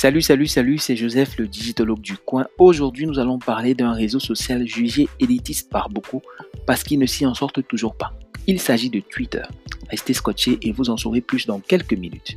Salut, c'est Joseph, le digitologue du coin. Aujourd'hui, nous allons parler d'un réseau social jugé élitiste par beaucoup parce qu'il ne s'y en sortent toujours pas. Il s'agit de Twitter. Restez scotchés et vous en saurez plus dans quelques minutes.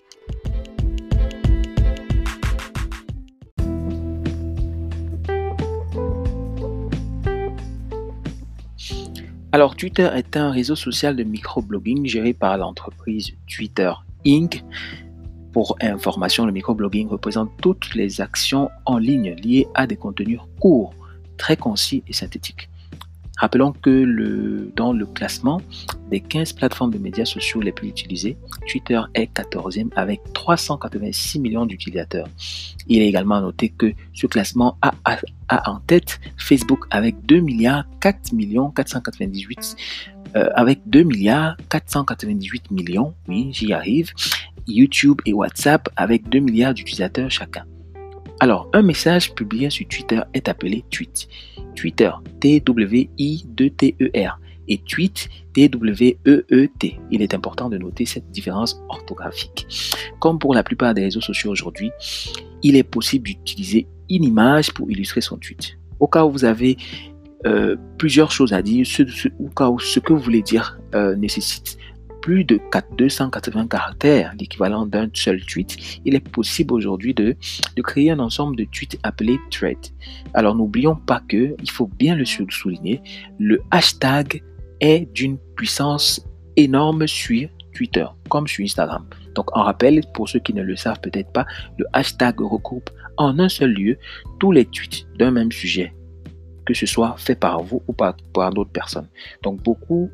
Alors, Twitter est un réseau social de microblogging géré par l'entreprise Twitter Inc. Pour information, le microblogging représente toutes les actions en ligne liées à des contenus courts, très concis et synthétiques. Rappelons que dans le classement des 15 plateformes de médias sociaux les plus utilisées, Twitter est 14e avec 386 millions d'utilisateurs. Il est également à noter que ce classement a en tête Facebook avec 2 milliards 4 millions 498 avec 2 milliards 498 millions, oui, j'y arrive, YouTube et WhatsApp avec 2 milliards d'utilisateurs chacun. Alors, un message publié sur Twitter est appelé tweet. Twitter, T-W-I-2-T-E-R et tweet, T-W-E-E-T. Il est important de noter cette différence orthographique. Comme pour la plupart des réseaux sociaux aujourd'hui, il est possible d'utiliser une image pour illustrer son tweet. Au cas où vous avez plusieurs choses à dire, au cas où ce que vous voulez dire nécessite plus de 280 caractères, l'équivalent d'un seul tweet, il est possible aujourd'hui de créer un ensemble de tweets appelés threads. Alors n'oublions pas que, il faut bien le souligner, le hashtag est d'une puissance énorme sur Twitter, comme sur Instagram. Donc en rappel, pour ceux qui ne le savent peut-être pas, le hashtag regroupe en un seul lieu tous les tweets d'un même sujet, que ce soit fait par vous ou par d'autres personnes. Donc beaucoup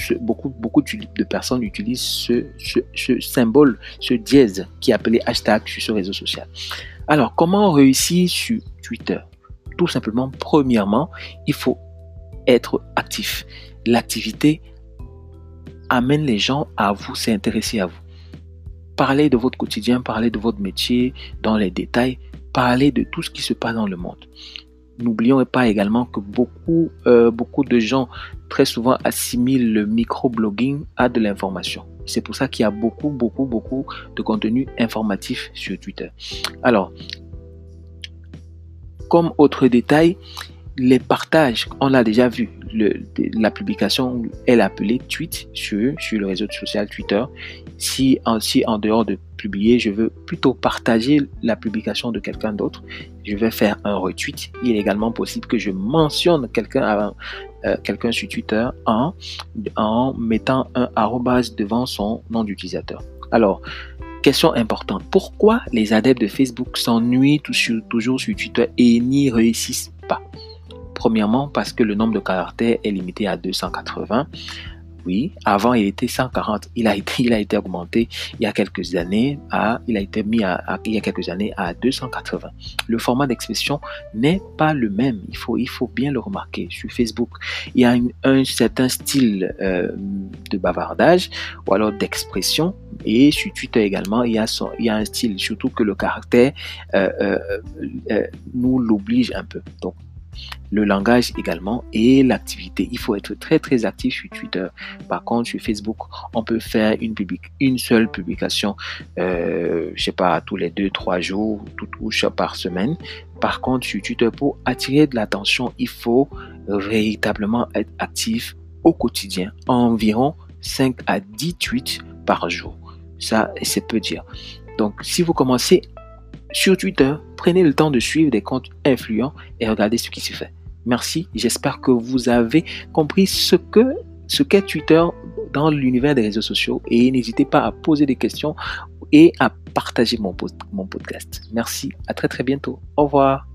de personnes utilisent ce symbole, ce dièse qui est appelé hashtag sur ce réseau social. Alors, comment réussir sur Twitter? Tout simplement, premièrement, il faut être actif. L'activité amène les gens à vous s'intéresser à vous. Parlez de votre quotidien, parlez de votre métier dans les détails, parlez de tout ce qui se passe dans le monde. N'oublions pas également que beaucoup de gens très souvent assimilent le microblogging à de l'information. C'est pour ça qu'il y a beaucoup de contenu informatif sur Twitter. Alors, comme autre détail, les partages, on l'a déjà vu, la publication est appelée tweet sur le réseau social Twitter. Si en dehors de publier, je veux plutôt partager la publication de quelqu'un d'autre, je vais faire un retweet. Il est également possible que je mentionne quelqu'un sur Twitter en mettant un arrobase devant son nom d'utilisateur. Alors, question importante, pourquoi les adeptes de Facebook s'ennuient toujours sur Twitter et n'y réussissent pas? Premièrement, parce que le nombre de caractères est limité à 280. Oui, avant il était 140. Il a été augmenté il y a quelques années il a été mis il y a quelques années à 280. Le format d'expression n'est pas le même. Il faut bien le remarquer. Sur Facebook, il y a un certain style de bavardage ou alors d'expression. Et sur Twitter également, il y a un style, surtout que le caractère nous l'oblige un peu. Donc, le langage également et l'activité. Il faut être très actif sur Twitter. Par contre, sur Facebook, on peut faire une seule publication, tous les 2-3 jours, ou par semaine. Par contre, sur Twitter, pour attirer de l'attention, il faut véritablement être actif au quotidien, environ 5 à 10 tweets par jour. Ça, c'est peu dire. Donc, si vous commencez sur Twitter, prenez le temps de suivre des comptes influents et regardez ce qui se fait. Merci, j'espère que vous avez compris ce qu'est Twitter dans l'univers des réseaux sociaux et n'hésitez pas à poser des questions et à partager mon podcast. Merci, à très bientôt. Au revoir.